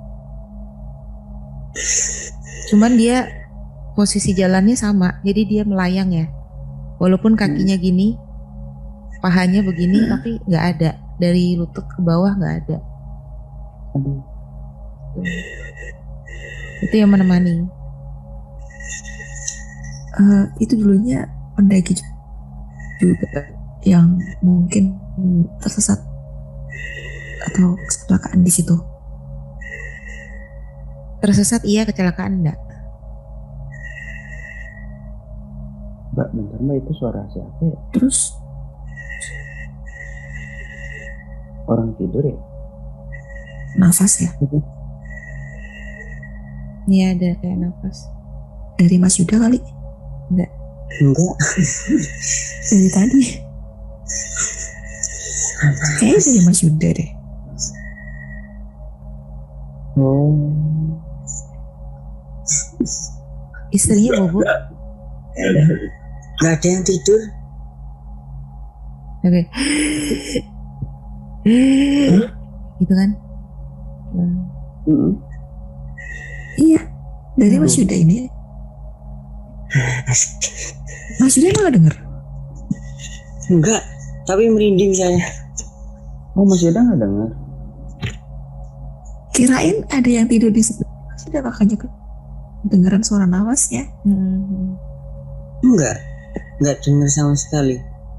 Cuman dia posisi jalannya sama, jadi dia melayang ya. Walaupun kakinya gini, pahanya begini, tapi nggak ada dari lutut ke bawah, nggak ada. Itu yang menemani. Itu dulunya pendaki juga yang mungkin tersesat atau kecelakaan di situ. Tersesat iya, kecelakaan enggak? Mbak, bentar Mbak, itu suara siapa ya? Terus orang tidur ya? nafas ya? Iya, ada kayak nafas. Dari Mas Yuda kali? Enggak. Dari tadi. Kayaknya dari Mas Yuda deh. Istrinya bobo. Gak ada yang tidur. Oke. Gitu kan? Iya, dari Mas Yuda ini. Mas Yuda emang gak denger? Enggak, tapi merinding saya. Oh, Mas Yuda nggak dengar? Kirain ada yang tidur di sebelah Mas Yuda, makanya kedengeran suara nafasnya. Enggak dengar sama sekali.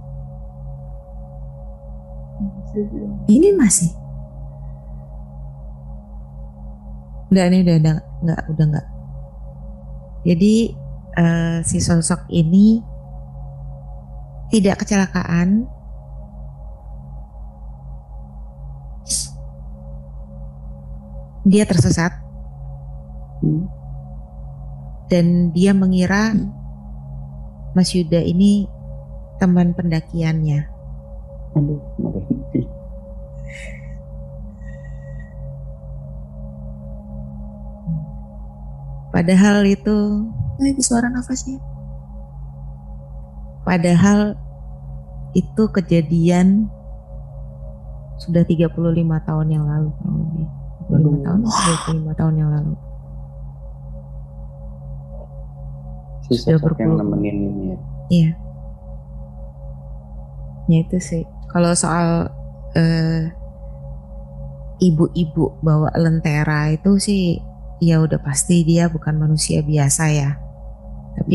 Ini masih. Udah enggak. Jadi si sosok ini tidak kecelakaan. Dia tersesat. Dan dia mengira Mas Yuda ini teman pendakiannya. Aduh, Padahal itu suara nafasnya. Padahal itu kejadian sudah 35 tahun yang lalu, kurang lebih. 35 tahun yang lalu. Si sosok yang nemenin ini ya. Iya. Ya itu sih. Kalau soal ibu-ibu bawa lentera itu sih, ya udah pasti dia bukan manusia biasa ya. Tapi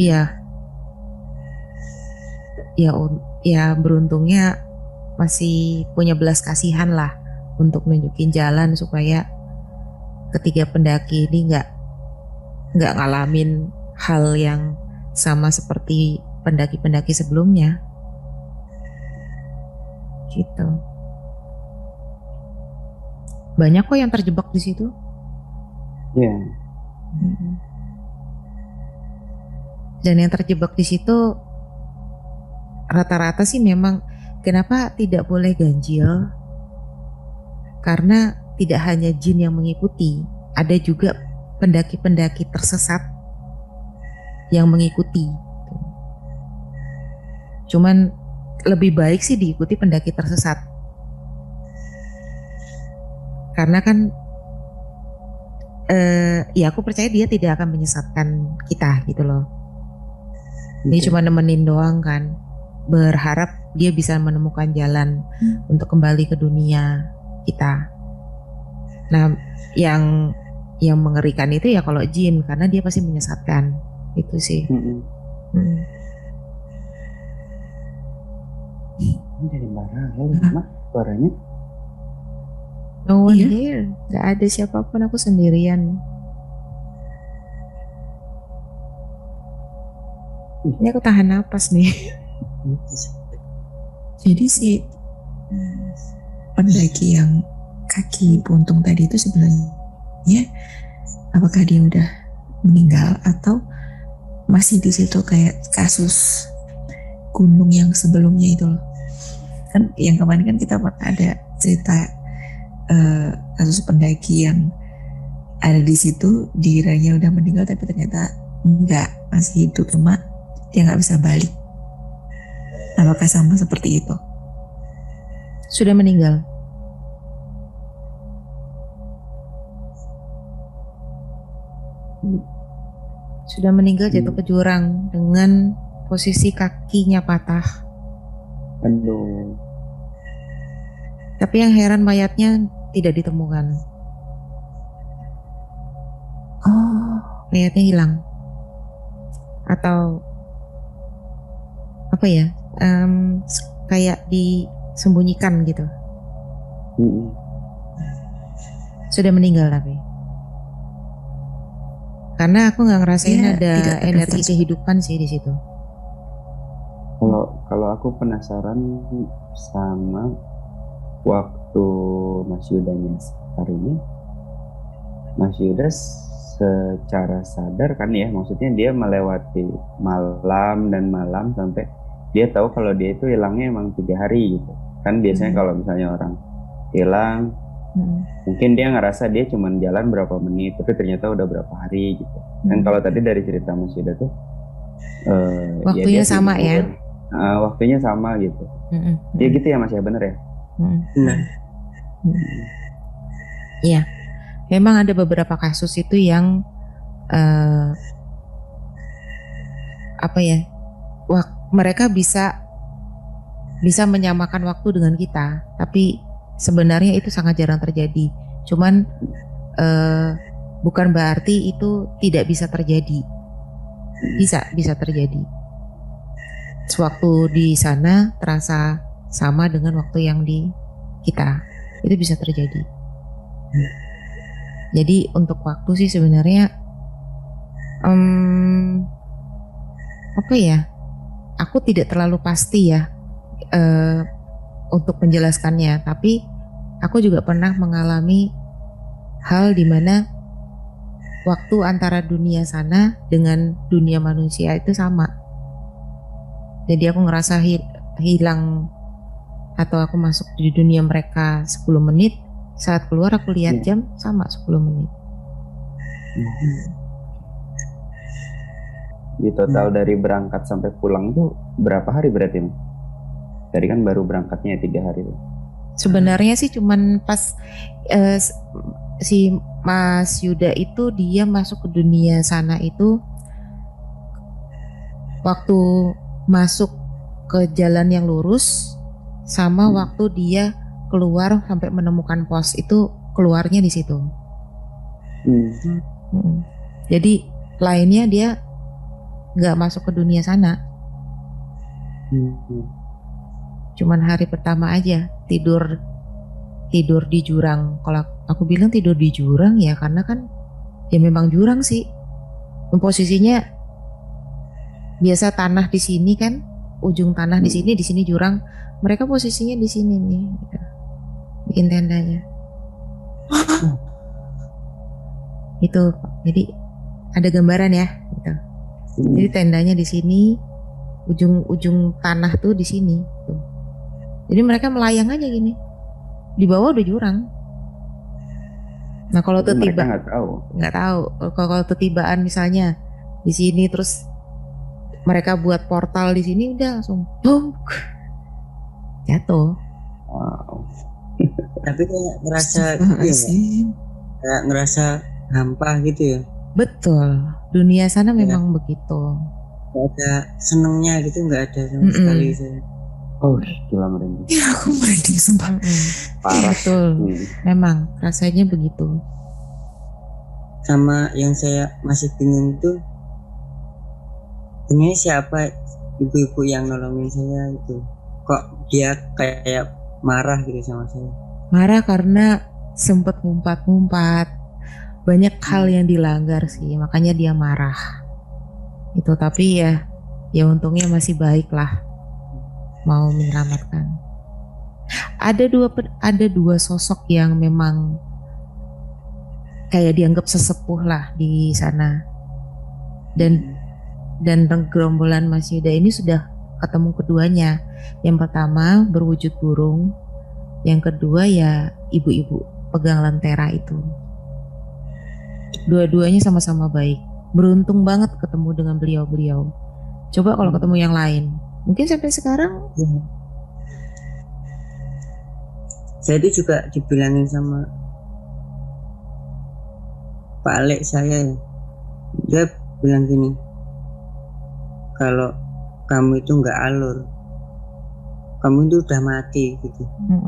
ya beruntungnya masih punya belas kasihan lah untuk nunjukin jalan supaya ketiga pendaki ini nggak ngalamin hal yang sama seperti pendaki-pendaki sebelumnya. Gitu. Banyak kok yang terjebak di situ. Iya. Dan yang terjebak di situ rata-rata sih memang kenapa tidak boleh ganjil? Karena tidak hanya jin yang mengikuti, ada juga pendaki-pendaki tersesat yang mengikuti. Cuman lebih baik sih diikuti pendaki tersesat. Karena kan ya aku percaya dia tidak akan menyesatkan kita gitu loh. Dia cuma nemenin doang kan. Berharap dia bisa menemukan jalan untuk kembali ke dunia kita. Nah, yang mengerikan itu ya kalau jin, karena dia pasti menyesatkan. Itu sih. Ini dari mana? Mak, suaranya? No one here. Gak ada siapapun, aku sendirian. Ini aku tahan napas nih. Jadi si pendaki yang kaki buntung tadi itu sebenarnya apakah dia udah meninggal atau masih di situ kayak kasus gunung yang sebelumnya itu loh. Kan yang kemarin kan kita pernah ada cerita kasus pendaki yang ada di situ dikiranya udah meninggal tapi ternyata enggak, masih hidup, cuma dia nggak bisa balik. Apakah sama seperti itu? Sudah meninggal. Sudah meninggal jatuh ke jurang dengan posisi kakinya patah. Aduh. Tapi yang heran mayatnya tidak ditemukan. Oh, Mayatnya hilang. Atau apa ya? Kayak disembunyikan gitu. Sudah meninggal tapi. Karena aku nggak ngerasain Dia ada tidak energi terdaftar. kehidupan sih di situ. Kalau aku penasaran sama waktu Mas Yuda nyasar ini, Mas Yuda secara sadar kan ya, maksudnya dia melewati malam dan malam sampai dia tahu kalau dia itu hilangnya emang 3 hari gitu. Kan biasanya kalau misalnya orang hilang, mungkin dia ngerasa dia cuma jalan berapa menit, tapi ternyata udah berapa hari gitu. Dan kalau tadi dari cerita Mas Yuda tuh, waktunya ya dia sama ya. Waktunya sama gitu. Dia gitu ya Mas ya, bener ya? Benar. Iya, memang ada beberapa kasus itu yang apa ya, mereka bisa menyamakan waktu dengan kita, tapi sebenarnya itu sangat jarang terjadi. Cuman bukan berarti itu tidak bisa terjadi. Bisa terjadi. Sewaktu di sana terasa sama dengan waktu yang di kita, itu bisa terjadi. Jadi untuk waktu sih sebenarnya apa ya, aku tidak terlalu pasti ya untuk menjelaskannya, tapi aku juga pernah mengalami hal di mana waktu antara dunia sana dengan dunia manusia itu sama. Jadi aku ngerasa hilang atau aku masuk di dunia mereka 10 menit, saat keluar aku lihat jam sama 10 menit. Di total dari berangkat sampai pulang tuh berapa hari berarti? Tadi kan baru berangkatnya 3 hari. Sebenarnya sih cuman pas si Mas Yuda itu dia masuk ke dunia sana itu waktu masuk ke jalan yang lurus sama waktu dia keluar sampai menemukan pos, itu keluarnya di situ. Jadi lainnya dia nggak masuk ke dunia sana. Cuman hari pertama aja tidur di jurang. Kalau aku bilang tidur di jurang ya karena kan ya memang jurang sih. Posisinya biasa tanah di sini kan, ujung tanah di sini jurang. Mereka posisinya di sini nih, gitu. Bikin tendanya. Itu, jadi ada gambaran ya, gitu. Jadi tendanya di sini, ujung tanah tuh di sini. Tuh. Jadi mereka melayang aja gini. Di bawah udah jurang. Nah kalau mereka nggak tahu. Kalau ketibaan misalnya di sini terus mereka buat portal di sini udah langsung boom, jatuh. Wow. Tapi kayak ngerasa kayak ngerasa hampa gitu ya. Betul, dunia sana memang begitu. Gak ada senengnya gitu, nggak ada sama sekali. Oh, gila merinding. Ya aku merinding sumpah. Parah. Betul, memang rasanya begitu. Sama yang saya masih bingung tuh, ini siapa ibu-ibu yang nolongin saya itu? Kok dia kayak marah gitu sama saya? Marah karena sempet ngumpat-ngumpat, banyak hal yang dilanggar sih, makanya dia marah. Itu tapi ya untungnya masih baik lah, mau menyelamatkan. Ada dua sosok yang memang kayak dianggap sesepuh lah di sana. Dan gerombolan Mas Yuda ini sudah ketemu keduanya. Yang pertama berwujud burung, yang kedua ya ibu-ibu pegang lentera itu. Dua-duanya sama-sama baik. Beruntung banget ketemu dengan beliau-beliau. Coba kalau ketemu yang lain, mungkin sampai sekarang. Saya itu juga dibilangin sama Pak Alek saya, dia bilang gini, kalau kamu itu nggak alur, kamu itu udah mati gitu.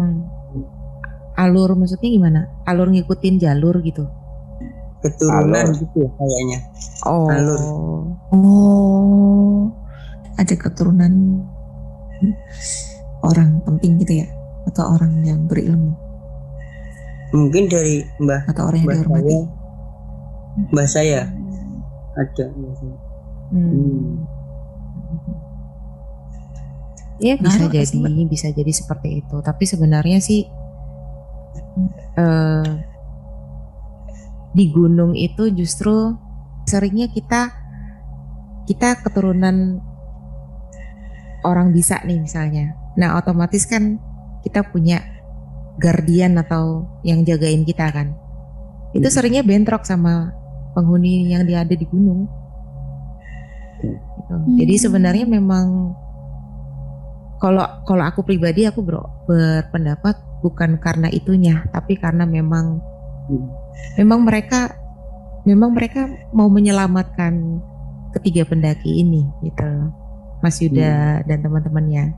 Alur maksudnya gimana? Alur ngikutin jalur gitu? Keturunan alur. Gitu kayaknya. Alur. Ada keturunan orang penting gitu ya, atau orang yang berilmu? Mungkin dari mbah atau orang yang dihormati. Mbah saya ada. Ya bisa jadi seperti itu. Tapi sebenarnya sih di gunung itu justru seringnya kita keturunan orang bisa nih misalnya. Nah otomatis kan kita punya guardian atau yang jagain kita kan. Itu seringnya bentrok sama penghuni yang ada di gunung. Gitu. Jadi sebenarnya memang kalau aku pribadi aku berpendapat bukan karena itunya, tapi karena memang mereka mau menyelamatkan ketiga pendaki ini gitu, Mas Yuda dan teman-temannya.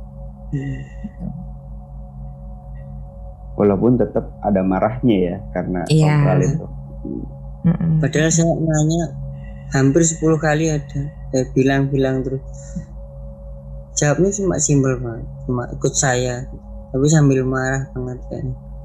Walaupun tetap ada marahnya ya karena kontrol itu. Padahal saya nanya hampir 10 kali ada, saya bilang terus. Jawabnya cuma simpel banget, cuma ikut saya, tapi sambil marah banget kan.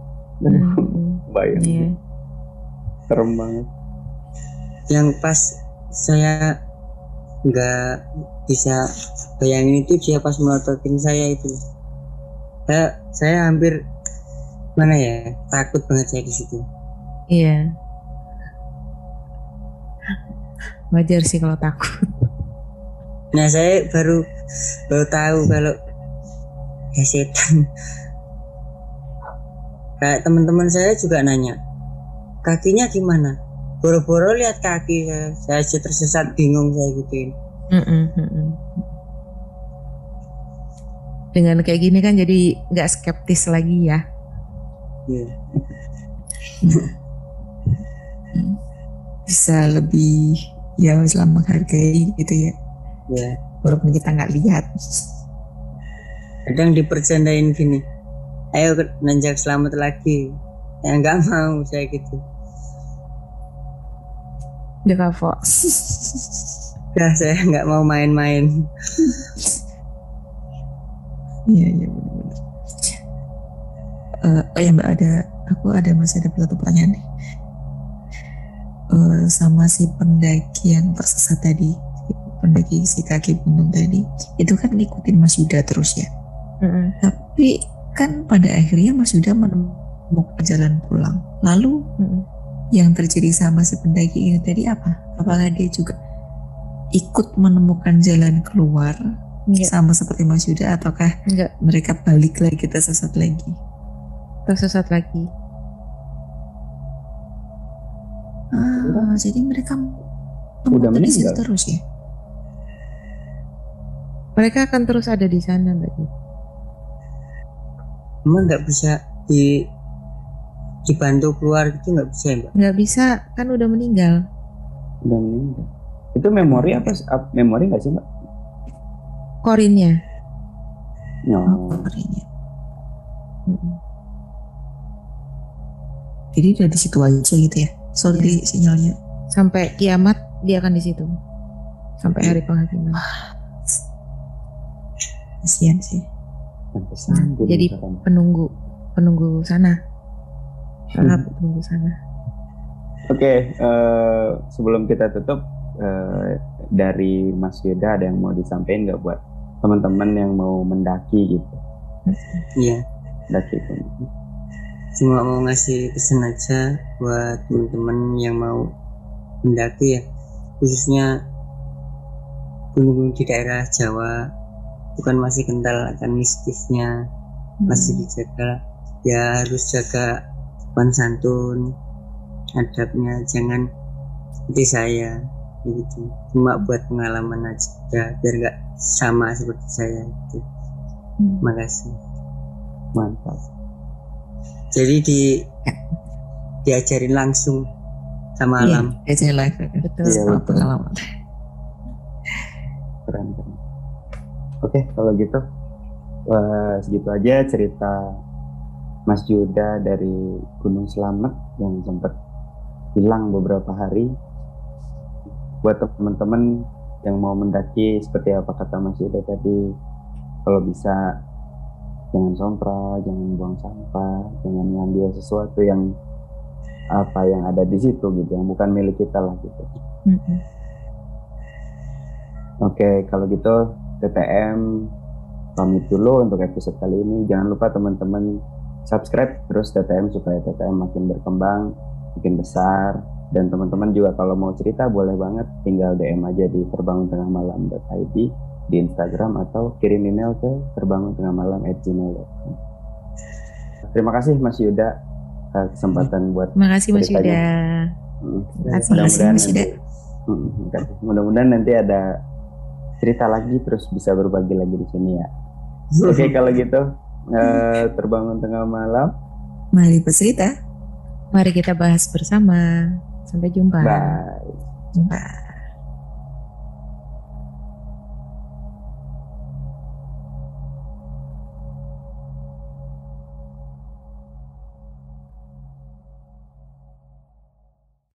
Bayang, serem banget. Yang pas saya nggak bisa bayangin itu dia pas melototin saya itu. Saya hampir takut banget saya di situ. Iya. Wajar sih kalau takut. Nah saya baru tahu kalau setan. Kayak teman-teman saya juga nanya, kakinya gimana? Boro-boro lihat kaki saya aja tersesat bingung saya gituin. Dengan kayak gini kan jadi nggak skeptis lagi ya. Bisa lebih Islam menghargai gitu ya. Walaupun kita nggak lihat. Kadang dipercandain gini, ayo nanjak selamat lagi. Ya nggak mau saya gitu. Udah kapok. Saya nggak mau main-main. Iya benar-benar. Mbak aku masih ada satu pertanyaan nih. Sama si pendaki yang tersesat tadi, pendaki si kaki gunung tadi, itu kan ngikutin Mas Yuda terus ya. Tapi kan pada akhirnya Mas Yuda menemukan jalan pulang. Lalu yang terjadi sama si pendaki ini tadi apa? Apakah dia juga ikut menemukan jalan keluar sama seperti Mas Yuda, ataukah mereka balik lagi tersesat lagi? Jadi mereka udah meninggal terus ya? Mereka akan terus ada di sana, Mbak. Emang nggak bisa dibantu keluar gitu, nggak bisa, Mbak? Nggak bisa, kan udah meninggal. Itu memori apa? Memori nggak sih, Mbak? Korinnya. Korinnya. Jadi udah di situ aja gitu ya? Sorry sinyalnya. Sampai kiamat dia akan di situ. Sampai hari penghakiman. Kasian sih. Jadi penunggu sana. Penunggu sana. Oke, sebelum kita tutup, dari Mas Yuda ada yang mau disampaikan nggak buat teman-teman yang mau mendaki gitu? Iya. Mendaki itu. cuma mau ngasih pesan aja buat teman-teman yang mau mendaki ya, khususnya gunung-gunung di daerah Jawa, bukan masih kental akan mistisnya, masih dijaga ya, harus jaga sopan santun, adabnya, jangan seperti saya gitu, cuma buat pengalaman aja biar nggak sama seperti saya gitu. Makasih. Mantap. Jadi diajarin langsung sama alam. Diajarin live. Betul. Iya, Sama betul. pengalaman. Keren. Oke, kalau gitu segitu aja cerita Mas Yuda dari Gunung Slamet yang sempat hilang beberapa hari. Buat teman-teman yang mau mendaki, seperti apa kata Mas Yuda tadi, kalau bisa jangan sompral, jangan buang sampah, jangan ngambil sesuatu yang ada di situ gitu, yang bukan milik kita lah gitu. Oke, kalau gitu TTM pamit dulu untuk episode kali ini. Jangan lupa teman-teman subscribe terus TTM supaya TTM makin berkembang, makin besar. Dan teman-teman juga kalau mau cerita boleh banget tinggal DM aja di terbanguntengahmalam.id di Instagram atau kirim email ke terbanguntengahmalam@gmail.com. Terima kasih Mas Yuda kesempatan buat Terima kasih Mas ceritanya. Yuda. Mudah-mudahan Mas Yuda. mudah-mudahan nanti ada cerita lagi terus bisa berbagi lagi di sini ya. Oke, kalau gitu terbangun tengah malam. Mari bercerita. Mari kita bahas bersama. Sampai jumpa. Bye. Jumpa.